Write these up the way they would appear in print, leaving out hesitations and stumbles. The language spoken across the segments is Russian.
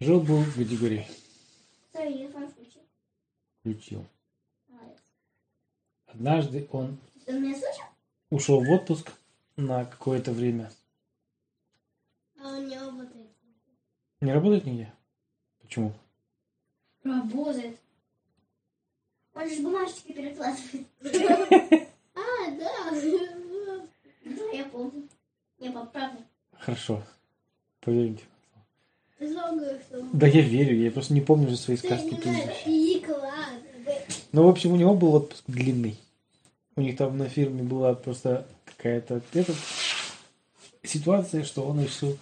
Жил-был Гадигорий. Телефон включил. Включил. Молодец. Однажды он Ты меня слышал? ушел в отпуск на какое-то время. А он не работает. Не работает нигде? Почему? Работает. Он же бумажечки перекладывает. А, да. Да, я помню. Я поправлю. Хорошо. Поверьте. Ты много что. Да я верю, я просто не помню же свои сказки предыдущие. Ну, в общем, у него был отпуск длинный. У них там на фирме была просто какая-то ситуация, что он решил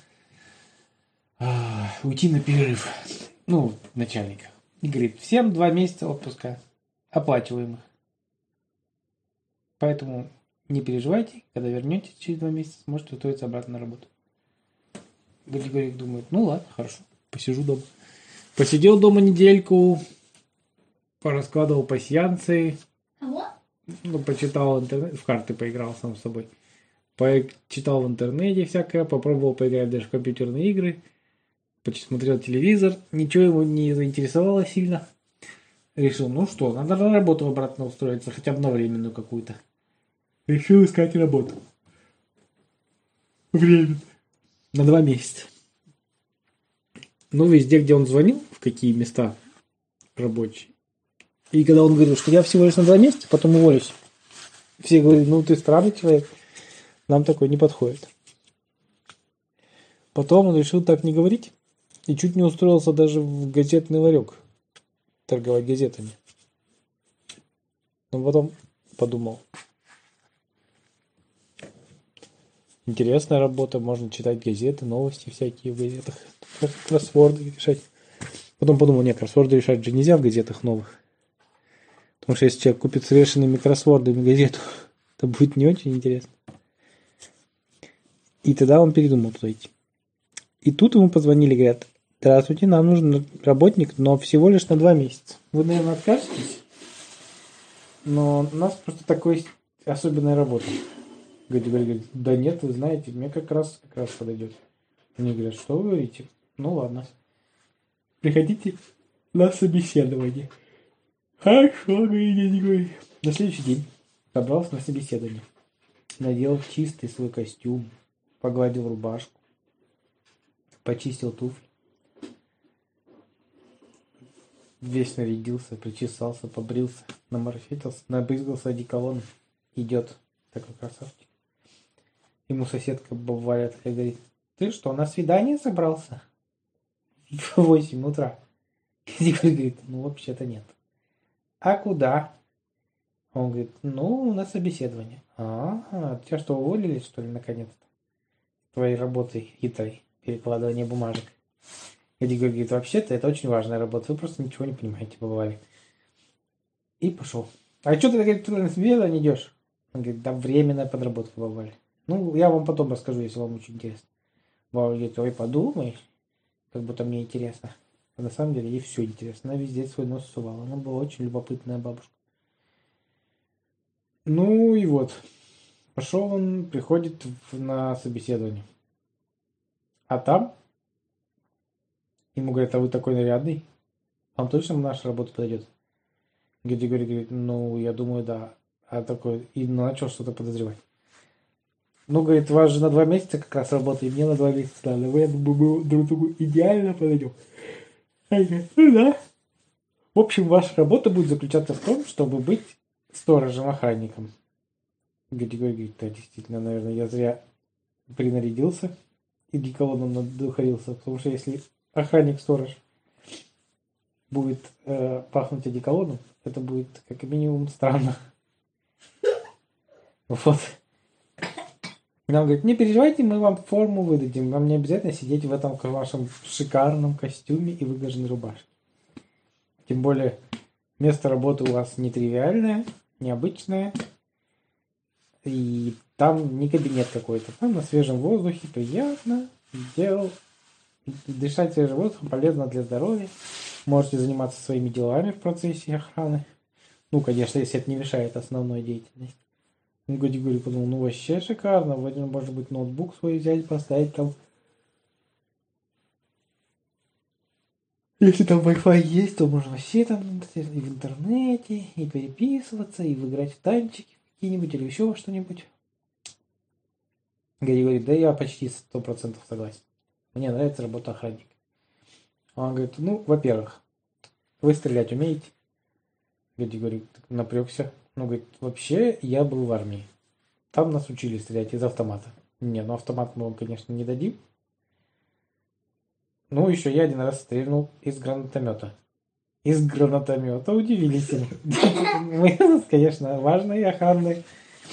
уйти на перерыв. Ну, начальник. И говорит, всем 2 месяца отпуска оплачиваемых. Поэтому не переживайте, когда вернетесь через 2 месяца, сможете устроиться обратно на работу. Гадигорий думает, ну ладно, хорошо, посижу дома. Посидел дома недельку, пораскладывал пасьянцы, ну, почитал интернет, в карты поиграл сам с собой. Почитал в интернете всякое, попробовал поиграть даже в компьютерные игры, посмотрел телевизор, ничего его не заинтересовало сильно. Решил, ну что, надо на работу обратно устроиться, хотя бы на временную какую-то. Решил искать работу. Время. На 2 месяца. Ну, везде, где он звонил, в какие места рабочие. И когда он говорил, что я всего лишь на 2 месяца, потом уволюсь. Все говорили, ну ты странный человек, нам такой не подходит. Потом он решил так не говорить и чуть не устроился даже в газетный ларек торговать газетами. Но потом подумал, интересная работа, можно читать газеты, новости всякие в газетах, кроссворды решать. Потом подумал, нет, кроссворды решать же нельзя в газетах новых. Потому что если человек купит с вешенными кроссвордами газету, это будет не очень интересно. И тогда он передумал туда идти. И тут ему позвонили, говорят, здравствуйте, нам нужен работник, но всего лишь на 2 месяца. Вы, наверное, откажетесь? Но у нас просто такой особенная работа. Говорит, да нет, вы знаете, мне как раз подойдет. Они говорят, что вы говорите? Ну ладно. Приходите на собеседование. Хорошо, говорит. На следующий день собрался на собеседование. Надел чистый свой костюм, погладил рубашку, почистил туфли. Весь нарядился, причесался, побрился, наморфетился, набрызгался одеколоном. Идет такой красавчик. Ему соседка баба такая говорит, ты что, на свидание собрался? В 8 утра. И говорит, ну вообще-то нет. А куда? Он говорит, ну, на собеседование. Тебя что, уволили, что ли, наконец-то? Твоей работой хитрой, перекладывание бумажек. Эдди говорит, вообще-то это очень важная работа, вы просто ничего не понимаете, бывали. И пошел. А что ты, говорит, на собеседование идешь? Он говорит, да временная подработка, бывали. Ну, я вам потом расскажу, если вам очень интересно. Баба говорит, ой, подумай, как будто мне интересно. А на самом деле ей все интересно. Она везде свой нос сувала. Она была очень любопытная бабушка. Ну и вот. Пошел он, приходит на собеседование. А там ему говорят, а вы такой нарядный? Вам точно наша работа подойдет? Григорий говорит, ну, я думаю, да. А такой, и начал что-то подозревать. Ну, говорит, у вас же на 2 месяца как раз работа, и мне на 2 месяца надо. Вы, я думаю, мы друг другу идеально подойдем. Ну да. В общем, ваша работа будет заключаться в том, чтобы быть сторожем-охранником. Григорий говорит, да, действительно, наверное, я зря принарядился и одеколоном надухарился, потому что если охранник-сторож будет пахнуть одеколоном, это будет как минимум странно. Вот. Нам говорит, не переживайте, мы вам форму выдадим. Вам не обязательно сидеть в этом вашем шикарном костюме и выглаженной рубашке. Тем более, место работы у вас нетривиальное, необычное. И там не кабинет какой-то. Там на свежем воздухе приятно. Дышать свежим воздухом полезно для здоровья. Можете заниматься своими делами в процессе охраны. Ну, конечно, если это не мешает основной деятельности. Григорий подумал, ну вообще шикарно, можно, может быть, ноутбук свой взять, поставить там Если там Wi-Fi есть, то можно все там и в интернете, и переписываться, и выиграть в танчики какие-нибудь или еще что-нибудь. Гарри говорит, да я почти 100% согласен. Мне нравится работа охранника. Он говорит, ну, во-первых, вы стрелять умеете? Гарри говорит, напрягся. Ну, говорит, вообще я был в армии. Там нас учили стрелять из автомата. Не, ну автомат мы вам, конечно, не дадим. Ну, еще я один раз стрельнул из гранатомета. Из гранатомета удивились. Мы, конечно, важное охранное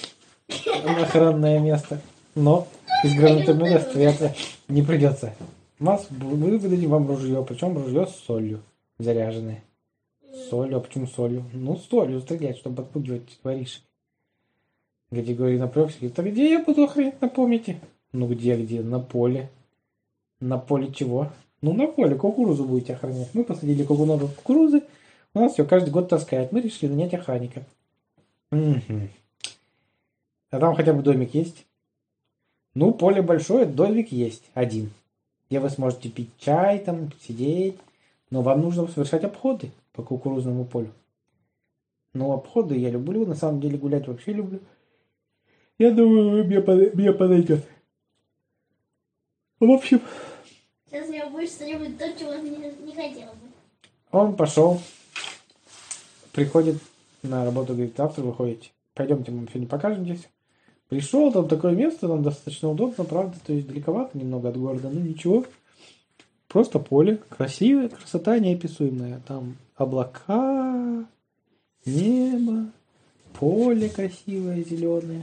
место. Но из гранатомета стреляться не придется. Мы выдадим вам ружье, причем ружье с солью заряженное. Солью, а почему солью? Ну, солью стрелять, чтобы отпугивать воришек. Где говорит, напрягся, говорит, а где я буду охранять, напомните? Ну, где? На поле. На поле чего? Ну, на поле кукурузу будете охранять. Мы посадили много кукурузы. У нас все каждый год таскает. Мы решили нанять охранника. Угу. А там хотя бы домик есть? Ну, поле большое, домик есть. Один. Где вы сможете пить чай, там, сидеть. Но вам нужно совершать обходы по кукурузному полю. Ну, обходы я люблю. На самом деле гулять вообще люблю. Я думаю, мне подойдет. В общем... Сейчас я больше что-нибудь то, чего не хотела бы. Он пошел, приходит на работу, говорит, завтра выходите. Пойдемте, мы сегодня покажем здесь. Пришел, там такое место, там достаточно удобно, правда, то есть далековато немного от города, но ничего. Просто поле, красивое, красота неописуемая. Там облака, небо, поле красивое, зеленое.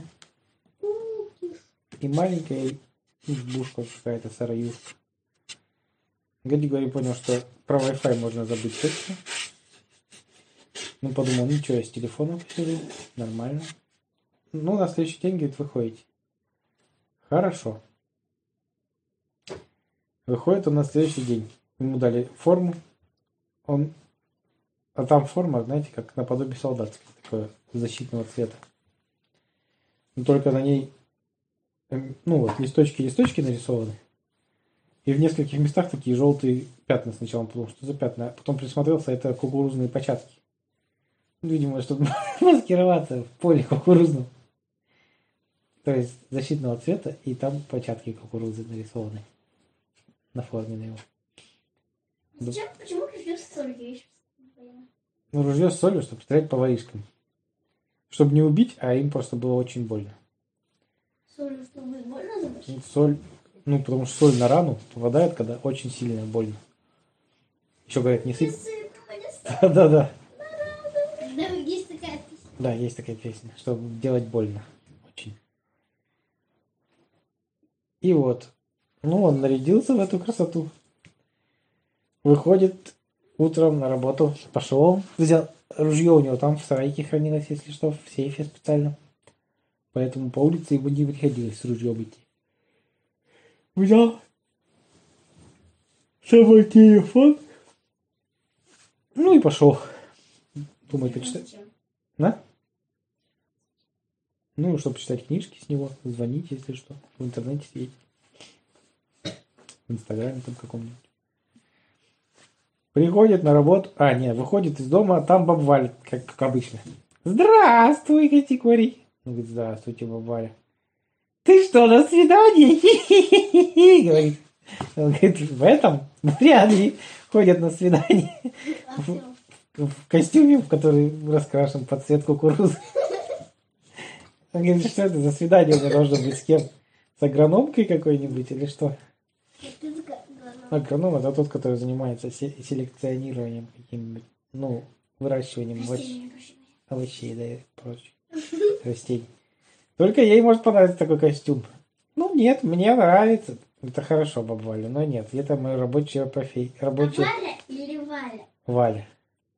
И маленькая избушка какая-то, сараюшка. Гади говорит, понял, что про Wi-Fi можно забыть точно. Ну, подумал, ничего, я с телефона посижу, нормально. Ну, на следующий день, говорит, выходите. Хорошо. Выходит он на следующий день. Ему дали форму. А там форма, знаете, как наподобие солдатской, такое защитного цвета. Но только на ней, ну вот, листочки нарисованы. И в нескольких местах такие желтые пятна сначала. Он подумал, что за пятна. А потом присмотрелся, это кукурузные початки. Видимо, чтобы маскироваться в поле кукурузном. То есть защитного цвета, и там початки кукурузы нарисованы. На форме на его. Почему ружье с солью? Ну, ружье с солью, чтобы стрелять по воришкам. Чтобы не убить, а им просто было очень больно. Солью, чтобы больно забыть? Соль, ну, потому что соль на рану попадает, когда очень сильно больно. Еще говорят, не сыпь. Да. Да, есть такая песня. Да, есть такая песня, чтобы делать больно. Очень. И вот. Ну, он нарядился в эту красоту. Выходит утром на работу. Пошел. Взял ружье у него там в сарайке хранилось, если что, в сейфе специально. Поэтому по улице ему не приходилось с ружьем идти. Взял с собой телефон. Ну и пошел. Думаю, почитать. Да? Ну, чтобы читать книжки с него, звонить, если что. В интернете сидеть. В Инстаграме там каком-нибудь. Приходит на работу. Выходит из дома, а там баба Валя, как обычно. Здравствуй, категорий. Он говорит, здравствуйте, баба Валя. Ты что, на свидание? Говорит. Он говорит, в этом вряд ли ходят на свидание. В костюме, в который раскрашен под цвет кукурузы. Он говорит, что это за свидание у меня должно быть с кем? С агрономкой какой-нибудь или что? Агроном это тот, который занимается селекционированием каким-нибудь, ну, выращиванием овощей, да, и прочих растений. Только ей может понравиться такой костюм. Ну, нет, мне нравится. Это хорошо, баба Валя, но нет, это моя рабочая профессия. Валя или Валя? Валя.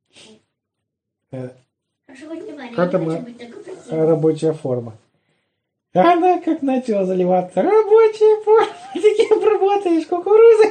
Хорошо, хоть не Валя, Это я не моя хочу быть такой красивой. рабочая форма. Она как начала заливаться. Рабочая форма. Ты кем работаешь? Кукурузой?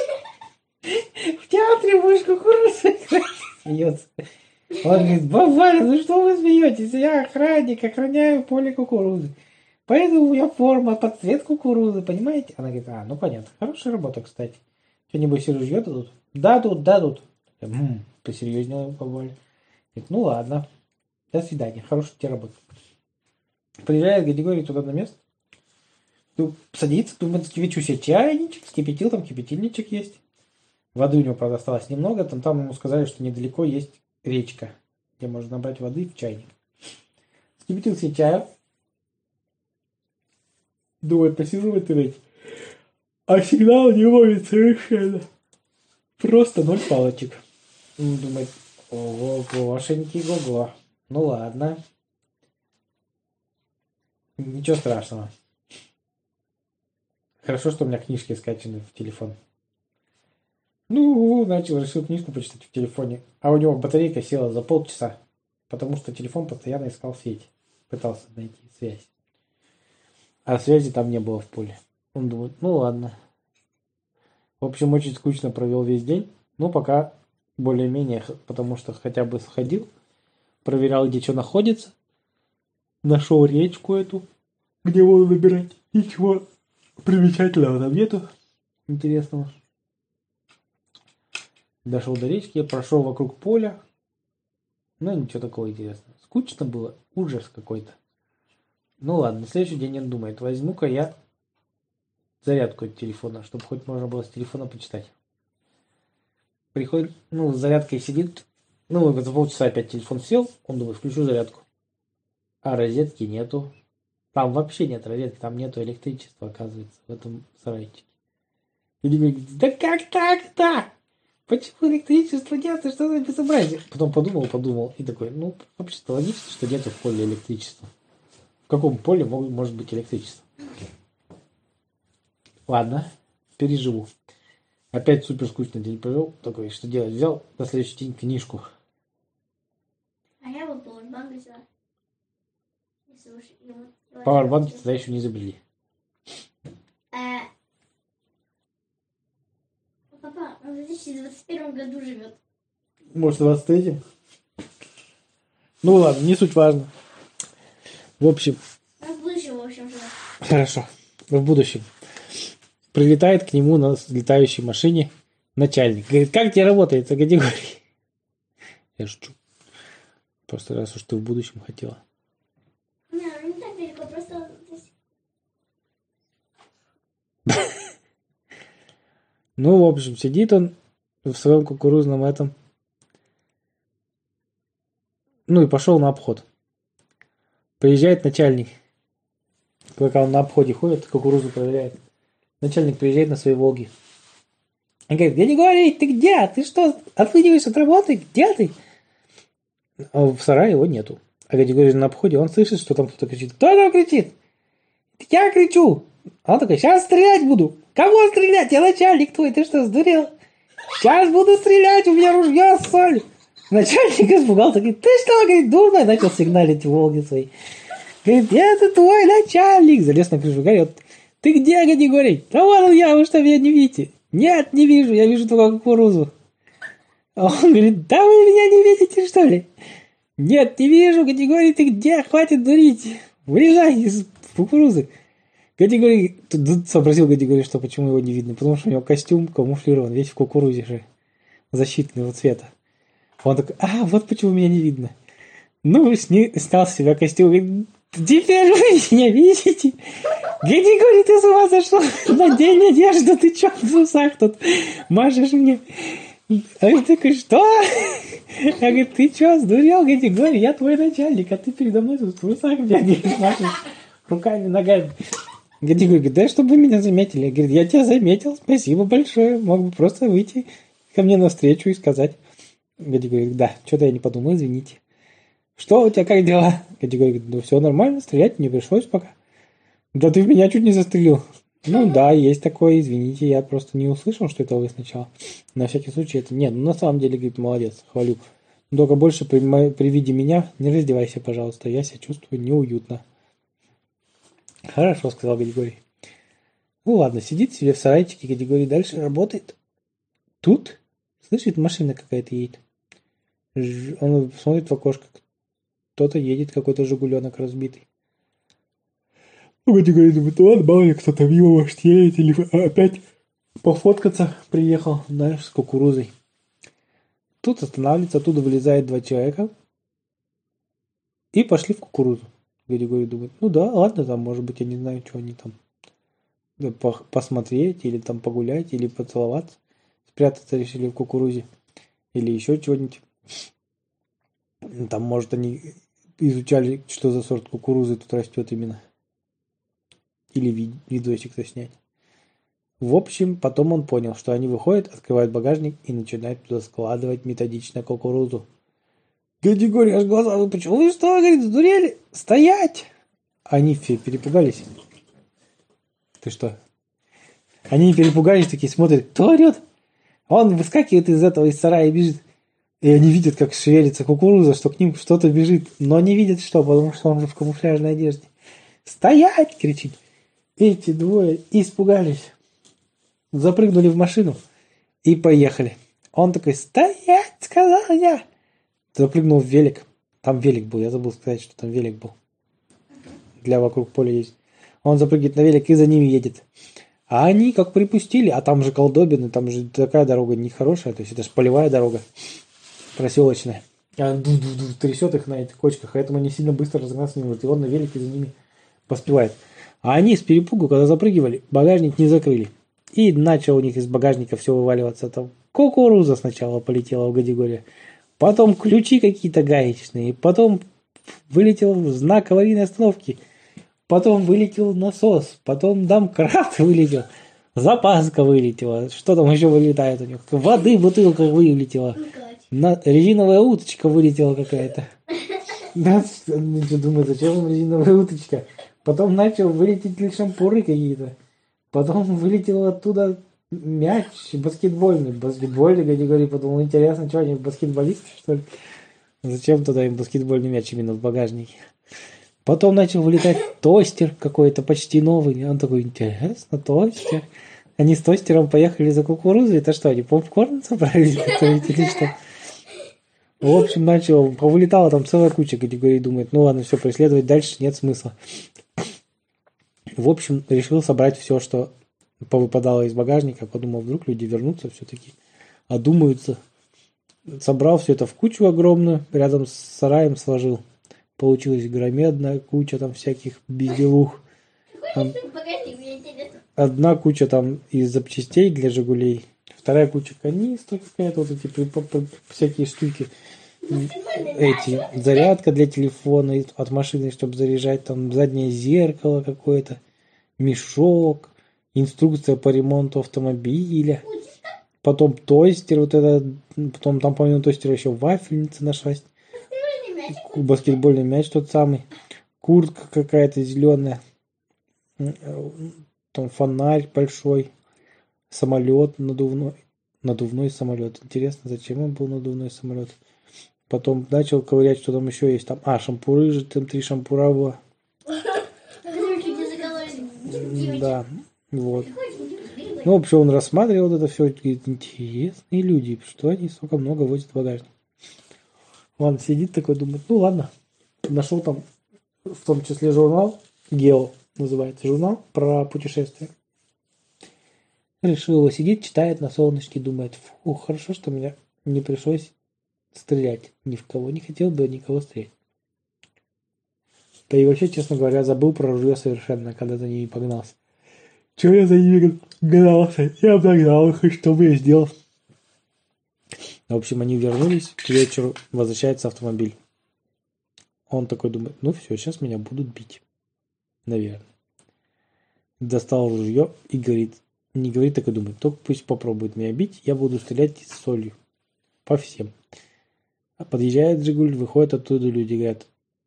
В театре будешь кукурузой? Смеется. Он говорит, баба Валя, ну что вы смеетесь? Я охранник, охраняю поле кукурузы. Поэтому у меня форма под цвет кукурузы, понимаете? Она говорит, ну понятно. Хорошая работа, кстати. Что-нибудь ружье дадут? Дадут, дадут. Посерьезнее поболее. Говорит, ну ладно. До свидания. Хорошей тебе работы. Приезжает Григорий туда на место. Садится, думает, скипячу себе чайничек, скипятил, там кипятильничек есть. Воды у него, правда, осталось немного. Там ему сказали, что недалеко есть речка, где можно набрать воды в чайник. Скипятил себе чаю. Думает, посижу в этой речке. А сигнал не ловит совершенно. Просто 0 палочек. Думает, ого, гошеньки, го-го. Ну ладно. Ничего страшного. Хорошо, что у меня книжки скачаны в телефон. Решил книжку почитать в телефоне. А у него батарейка села за полчаса. Потому что телефон постоянно искал сеть. Пытался найти связь. А связи там не было в поле. Он думает, ну ладно. В общем, очень скучно провел весь день. Пока более-менее, потому что хотя бы сходил. Проверял, где что находится. Нашел речку эту, где воду набирать. Ничего примечательного там нету. Интересного. Дошел до речки, я прошел вокруг поля. Ничего такого интересного. Скучно было. Ужас какой-то. Ладно, на следующий день он думает, возьму-ка я зарядку от телефона, чтобы хоть можно было с телефона почитать. Приходит, с зарядкой сидит. За полчаса опять телефон сел. Он думает, включу зарядку. А розетки нету. Там вообще нет розетки, там нету электричества, оказывается, в этом сарайчике. И говорит, да как так-то? Почему электричества нет? Что за безобразие? Потом подумал и такой, вообще-то логично, что нету в поле электричества. В каком поле может быть электричество? Ладно, переживу. Опять супер скучный день провел. Такой, что делать? Взял на следующий день книжку. А я вот пауэрбанк взяла. Пауэрбанки тогда еще не изобрели. Папа, он в 2021 году живет. Может, в 23-м? Ладно, не суть важно. В общем... Он в будущем, в общем, живет. Хорошо. В будущем. Прилетает к нему на летающей машине начальник. Говорит, как тебе работает эта категория? Я шучу. Просто раз уж ты в будущем хотела. Не так далеко, просто здесь. В общем, сидит он в своем кукурузном этом. И пошел на обход. Приезжает начальник. Когда он на обходе ходит, кукурузу проверяет. Начальник приезжает на своей Волге. И говорит, Григорий, ты где? Ты что, отвыливаешь от работы? Где ты? А в сарае его нету. А Григорий на обходе, он слышит, что там кто-то кричит. Кто там кричит? Я кричу. А он такой, сейчас стрелять буду. Кого стрелять? Я начальник твой, ты что, сдурел? Сейчас буду стрелять, у меня ружье с солью. Начальник испугался, говорит, ты что, говорит, дурной? Начал сигналить в Волге своей. Говорит, это твой начальник. Залез на крышу, говорит, ты где, Григорий? Да вон он я, вы что, меня не видите? Нет, не вижу, я вижу только кукурузу. А он говорит, да вы меня не видите, что ли? Нет, не вижу, Григорий, ты где? Хватит дурить. Вылезай из кукурузы. Григорий, тут сообразил Григорий, что почему его не видно. Потому что у него костюм камуфлирован, весь в кукурузе же. Защитного цвета. Он такой, вот почему меня не видно. Снял с себя костюм, говорит, теперь вы меня видите? Григорий, ты с ума сошел? Надень одежду, ты чё в усах тут машешь мне? А я такой, что? Я говорю, ты чё, сдурел, Григорий? Я твой начальник, а ты передо мной тут в усах бегаешь, машешь руками, ногами. Григорий говорит, да, чтобы вы меня заметили. Я говорю, я тебя заметил, спасибо большое. Мог бы просто выйти ко мне навстречу и сказать. Григорий говорит, да, что-то я не подумал, извините. Что у тебя, как дела? Григорий говорит, все нормально, стрелять не пришлось пока. Да ты меня чуть не застрелил. Да, есть такое, извините, я просто не услышал, что это вы сначала. На всякий случай это... Нет, на самом деле, говорит, молодец, хвалю. Только больше при виде меня не раздевайся, пожалуйста, я себя чувствую неуютно. Хорошо, сказал Григорий. Ладно, сидит себе в сарайчике, Григорий дальше работает. Тут, слышит, машина какая-то едет. Он смотрит в окошко. Кто-то едет, какой-то жигуленок разбитый. Григорий думает, ладно, мало ли кто-то мимо, может, едет, или опять пофоткаться приехал, знаешь, с кукурузой. Тут останавливается, оттуда вылезает 2 человека и пошли в кукурузу. Григорий думает, ну да, ладно, там, может быть, я не знаю, что они там, да, посмотреть, или там погулять, или поцеловаться. Спрятаться решили в кукурузе. Или еще чего-нибудь. Там, может, они изучали, что за сорт кукурузы тут растет именно. Или видосик-то снять. В общем, потом он понял, что они выходят, открывают багажник и начинают туда складывать методично кукурузу. Григорий аж глаза выпучил. Вы что, говорит, сдурели? Стоять! Они все перепугались. Ты что? Они перепугались, такие смотрят, кто орет? Он выскакивает из этого, из сарая и бежит. И они видят, как шевелится кукуруза, что к ним что-то бежит. Но не видят что, потому что он же в камуфляжной одежде. «Стоять!» кричит. Эти двое испугались. Запрыгнули в машину и поехали. Он такой, стоять, сказал я. Запрыгнул в велик. Там велик был, я забыл сказать, что там велик был. Для вокруг поля есть. Он запрыгивает на велик и за ними едет. А они как припустили, а там же колдобины, там же такая дорога нехорошая, то есть это же полевая дорога, проселочная. А трясет их на этих кочках, поэтому они сильно быстро разогнаться не могут. И он на велике за ними поспевает. А они с перепугу, когда запрыгивали, багажник не закрыли. И начал у них из багажника все вываливаться. Там кукуруза сначала полетела в Гадигория, потом ключи какие-то гаечные, потом вылетел знак аварийной остановки, потом вылетел насос, потом домкрат вылетел, запаска вылетела, что там еще вылетает у них, воды бутылка вылетела, резиновая уточка вылетела какая-то. Да, думаю, зачем им резиновая уточка? Потом начал вылететь шампуры какие-то. Потом вылетел оттуда мяч баскетбольный. Баскетбольный, Григорий подумал, интересно, что они баскетболисты, что ли? Зачем туда им баскетбольный мяч именно в багажнике? Потом начал вылетать тостер какой-то, почти новый. И он такой, интересно, тостер. Они с тостером поехали за кукурузой. Это что, они попкорн собрались готовить или что? В общем, повылетала там целая куча. Григорий думает, ну ладно, все, преследовать дальше нет смысла. В общем, решил собрать все, что повыпадало из багажника. Подумал, вдруг люди вернутся все-таки, одумаются. Собрал все это в кучу огромную, рядом с сараем сложил. Получилась громадная куча там всяких безделух. Там одна куча там из запчастей для «Жигулей», вторая куча канистр какая-то, вот эти всякие штуки. Эти, зарядка для телефона от машины, чтобы заряжать, там заднее зеркало какое-то, мешок, инструкция по ремонту автомобиля, потом тостер, вот это, потом там помимо тостера еще вафельница нашлась, баскетбольный мяч тот самый, куртка какая-то зеленая, там фонарь большой, самолет надувной самолет. Интересно, зачем он был надувной самолет? Потом начал ковырять, что там еще есть. Там, шампуры же, там 3 шампура было. Да, вот. Ну, в общем, он рассматривал это все. Говорит, интересные люди, что они столько много возят в багажник. Он сидит такой, думает, ну ладно. Нашел там, в том числе, журнал, Гео называется, журнал про путешествия. Решил его сидеть, читает на солнышке, думает, фу, хорошо, что меня не пришлось стрелять ни в кого, не хотел бы никого стрелять. Да и вообще, честно говоря, забыл про ружье совершенно, когда за ними погнался. Чего я за ними гнался? Я обогнал их, и что бы я сделал? В общем, они вернулись, к вечеру возвращается автомобиль. Он такой думает, ну все, сейчас меня будут бить. Наверное. Достал ружье и говорит, не говорит, так и думает, только пусть попробует меня бить, я буду стрелять с солью. По всем. А подъезжает «Жигуль», выходят оттуда люди, говорят,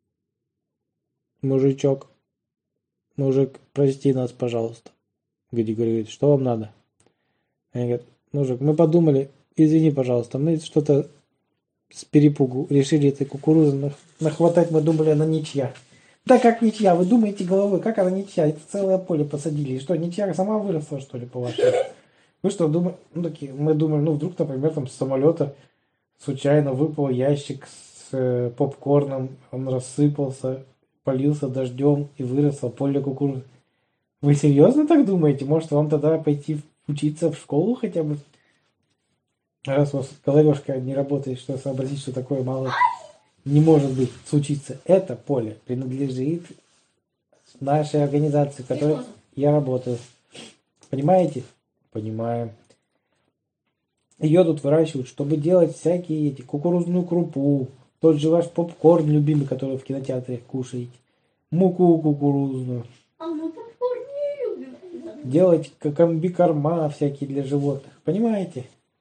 мужик, прости нас, пожалуйста. Григорий говорит, что вам надо? Они говорят, мужик, мы подумали, извини, пожалуйста, мы что-то с перепугу решили этой кукурузы нахватать, мы думали, она ничья. Да как ничья? Вы думаете головой, как она ничья? Это целое поле посадили. И что, ничья сама выросла, что ли, по-вашему? Вы что, думаете? Ну, такие, мы думаем, ну, вдруг, например, там с самолета случайно выпал ящик с попкорном, он рассыпался, полился дождем и выросло поле кукурузы. Вы серьезно так думаете? Может, вам тогда пойти учиться в школу хотя бы. Раз у вас головешка не работает, что сообразить, что такое мало не может быть случиться. Это поле принадлежит нашей организации, в которой я работаю. Понимаете? Понимаем. Ее тут выращивают, чтобы делать всякие эти кукурузную крупу, тот же ваш попкорн любимый, который в кинотеатре кушаете, муку кукурузную. А мы попкорн не любим. Делать комбикорма всякие для животных. Понимаете?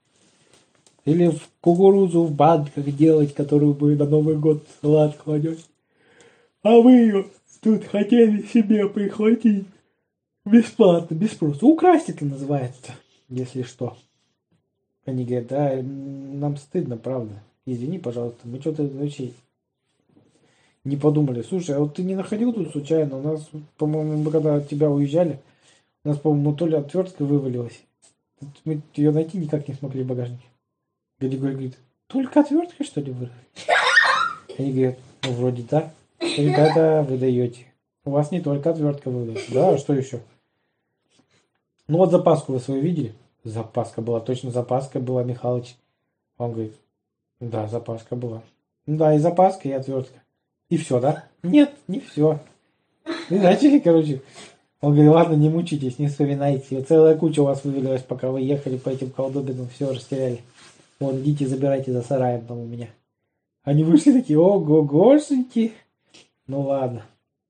Или в кукурузу в банках делать, которую вы на Новый год в салат кладете. А вы ее тут хотели себе прихватить бесплатно, без спроса. Украсть это называется, если что. Они говорят, да, нам стыдно, правда. Извини, пожалуйста, мы что-то вообще не подумали. Слушай, а вот ты не находил тут случайно? У нас, по-моему, мы когда от тебя уезжали, у нас, по-моему, то ли отвертка вывалилась. Мы ее найти никак не смогли в багажнике. Григорий говорит, только отвертка, что ли, вырвали? Они говорят, ну, вроде так. Ребята, вы даете. У вас не только отвертка вывалилась. Да, а что еще? Ну вот запаску вы свою видели? Запаска была, точно запаска была, Михалыч. Он говорит, да, запаска была. Да, и запаска, и отвертка. И все, да? Нет, не все. Вы начали, короче. Он говорит, ладно, не мучитесь, не вспоминайте. Целая куча у вас вывалилась, пока вы ехали по этим колдобинам, все растеряли. Вот, идите, забирайте за сараем там у меня. Они вышли такие, ого-гошеньки. Ну ладно.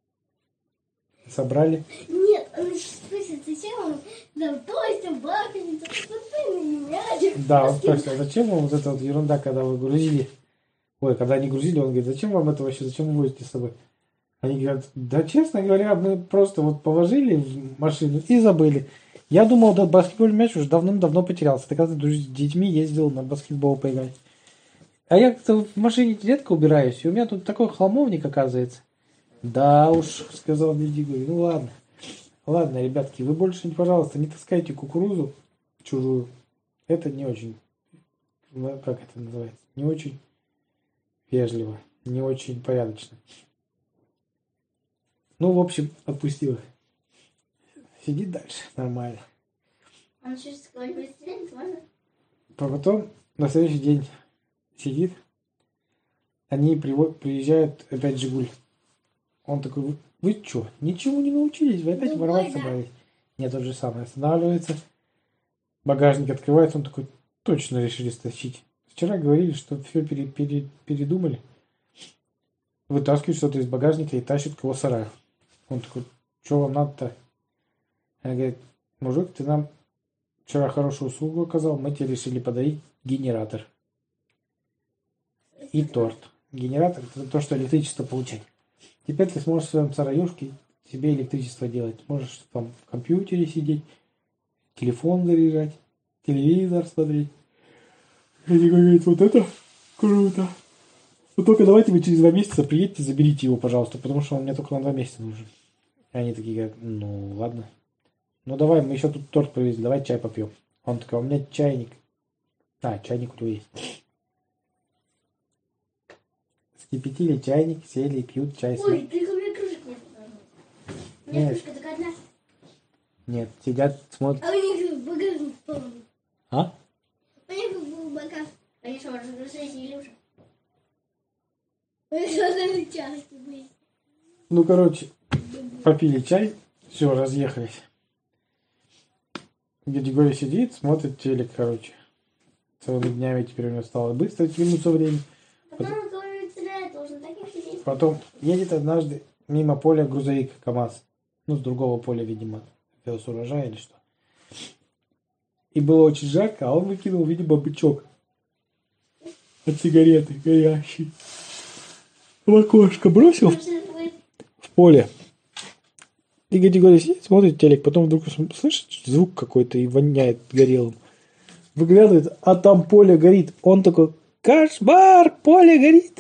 Собрали. Нет, он спросит, зачем он нам тостим, вафельницу, футбольный мяч. Да, он спросил, а зачем вам вот эта вот ерунда, когда вы грузили? Ой, когда они грузили, он говорит, зачем вам это вообще, зачем вы возите с собой? Они говорят, да, честно говоря, мы просто вот положили в машину и забыли. Я думал, да, баскетбольный мяч уже давным-давно потерялся. Ты когда с детьми ездил на баскетбол поиграть. А я как-то в машине редко убираюсь, и у меня тут такой хламовник оказывается. Да уж, сказал Диди, говорю, ну ладно. Ладно, ребятки, вы больше, пожалуйста, не таскайте кукурузу чужую. Это не очень, как это называется, не очень вежливо, не очень порядочно. Ну, в общем, отпустил их. Сидит дальше, нормально. Он еще сказал, стрелять можно? А потом на следующий день сидит, они приезжают опять Жигуль. Он такой, вы что, ничего не научились? Вы опять воровать собрались? Нет, тот же самый останавливается. Багажник открывается, он такой, точно решили стащить. Вчера говорили, что все передумали. Вытаскивают что-то из багажника и тащат к его сараю. Он такой, что вам надо-то? Она говорит, мужик, ты нам вчера хорошую услугу оказал, мы тебе решили подарить генератор. И торт. Генератор – это то, что электричество получать. Теперь ты сможешь в своем сараюшке себе электричество делать. Можешь там в компьютере сидеть, телефон заряжать, телевизор смотреть. И говорит, вот это круто. Но только давайте вы через 2 месяца приедете, заберите его, пожалуйста, потому что он мне только на 2 месяца нужен. И они такие говорят, ну ладно. Ну давай, мы еще тут торт привезли, давай чай попьем. Он такой, у меня чайник. А, чайник у него есть. Скипятили чайник, сели, пьют чай. Ой, только у меня кружек нет. У меня кружка только одна. Нет, сидят, смотрят. А у них багажник полный. А? У них был багаж. Они что, разрешили уже? Что-то части были. Ну, короче, попили чай, все, разъехались. Григорий сидит, смотрит телек, короче. Целыми днями теперь у него стало быстро тянуться время. Потом говорит, должен таким сидеть. Потом едет однажды мимо поля грузовик КамАЗ. Ну, с другого поля, видимо, вез урожай или что. И было очень жарко, а он выкинул, видимо, бычок от сигареты горящий. В окошко бросил в поле. И Григорий сидит, смотрит телек, потом вдруг слышит звук какой-то и воняет горелым. Выглядывает, а там поле горит. Он такой, кошмар, поле горит.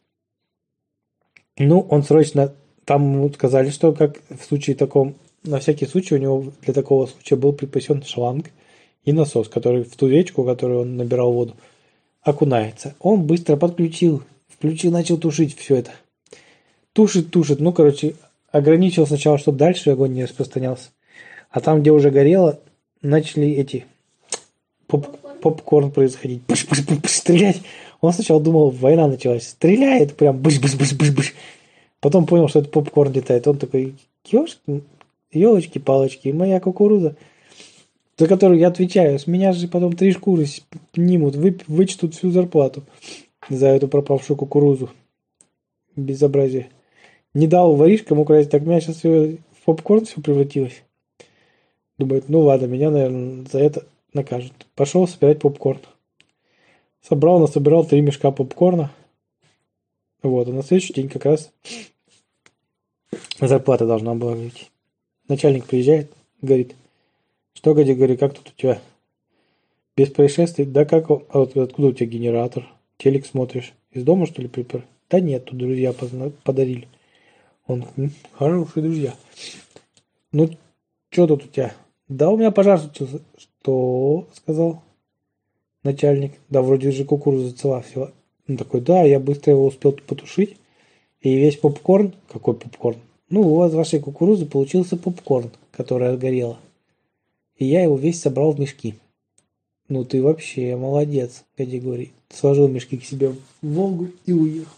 Ну, он срочно, там ему сказали, что как в случае таком, на всякий случай у него для такого случая был припасен шланг и насос, который в ту речку, в которую он набирал воду, окунается. Он быстро подключил, начал тушить все это. Тушит. Ну, короче, ограничил сначала, чтобы дальше огонь не распространялся. А там, где уже горело, начали эти попкорн происходить. Пыш, стрелять. Он сначала думал, война началась. Стреляет прям быш. Потом понял, что это попкорн летает. Он такой, елочки-палочки, моя кукуруза, за которую я отвечаю. С меня же потом 3 шкуры снимут, вычтут всю зарплату за эту пропавшую кукурузу. Безобразие. Не дал воришкам украсть, так меня сейчас в попкорн все превратилось. Думает, ну ладно, меня, наверное, за это накажут. Пошел собирать попкорн. Насобирал 3 мешка попкорна. Вот, а на следующий день как раз зарплата должна была быть. Начальник приезжает, говорит, что, Гадя, говорю, как тут у тебя? Без происшествий? Да как, откуда у тебя генератор? Телек смотришь? Из дома, что ли, припер? Да нет, тут друзья подарили. Он, хорошие друзья. Ну, что тут у тебя? Да у меня пожар случился. Что? Сказал начальник. Да вроде же кукуруза цела всего. Он такой, да, я быстро его успел потушить. И весь попкорн, какой попкорн? Ну, у вас вашей кукурузы получился попкорн, который отгорела. И я его весь собрал в мешки. Ну, ты вообще молодец, Гадя говорит. Сложил мешки к себе в Волгу и уехал.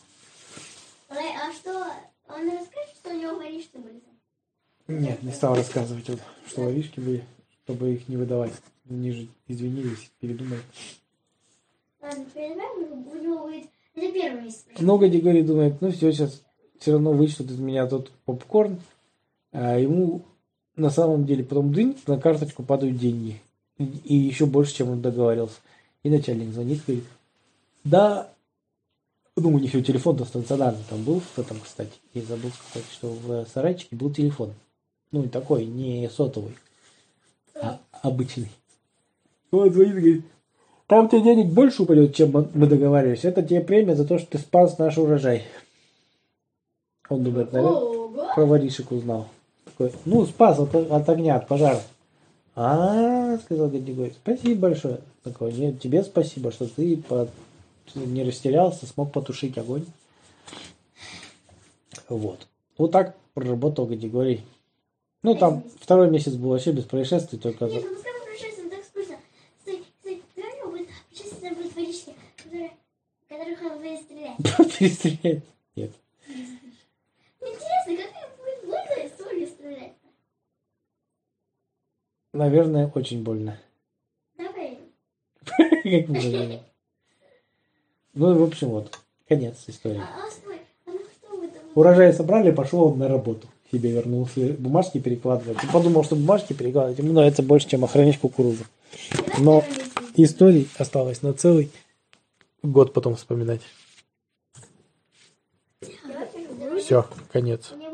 А что, он расскажет, что у него воришки были там? Нет, не стал рассказывать, что воришки были, чтобы их не выдавать. Они же извинились, передумали. Ладно, передаем, у него будет... Это первый месяц. Но Гадя говорит, думает, ну все, сейчас все равно вычтут из меня тот попкорн, а ему на самом деле потом дынь, на карточку падают деньги. И еще больше, чем он договаривался. И начальник звонит, говорит, да, ну, у них и телефон-то стационарный там был, что там, кстати, я забыл сказать, что в сарайчике был телефон. Ну, такой, не сотовый, а обычный. Вот звонит, говорит, там тебе денег больше упадет, чем мы договаривались. Это тебе премия за то, что ты спас наш урожай. Он думает, наверное, про воришек узнал. Такой, ну, спас от огня, от пожара. Сказал Гадя, спасибо большое. Такой, нет, тебе спасибо, что ты не растерялся, смог потушить огонь. Вот. Вот так проработал Гадя. Ну, там 2-й месяц был вообще без происшествий, только... Нет, ну пускай происшествие, так скучно. Стой, давай у него будет происшествие, будут воришки, которых он будет стрелять. Перестрелять? Нет. Интересно, как будет больно историю стрелять? Наверное, очень больно. Давай. Как больно. Ну, в общем, вот. Конец истории. Стой, ну что вы там? Урожай собрали, пошел он на работу. Себе вернулся бумажки перекладывать. И подумал, что бумажки перекладывать ему нравится больше, чем охранять кукурузу. Но историй осталось на целый год потом вспоминать. Все, конец.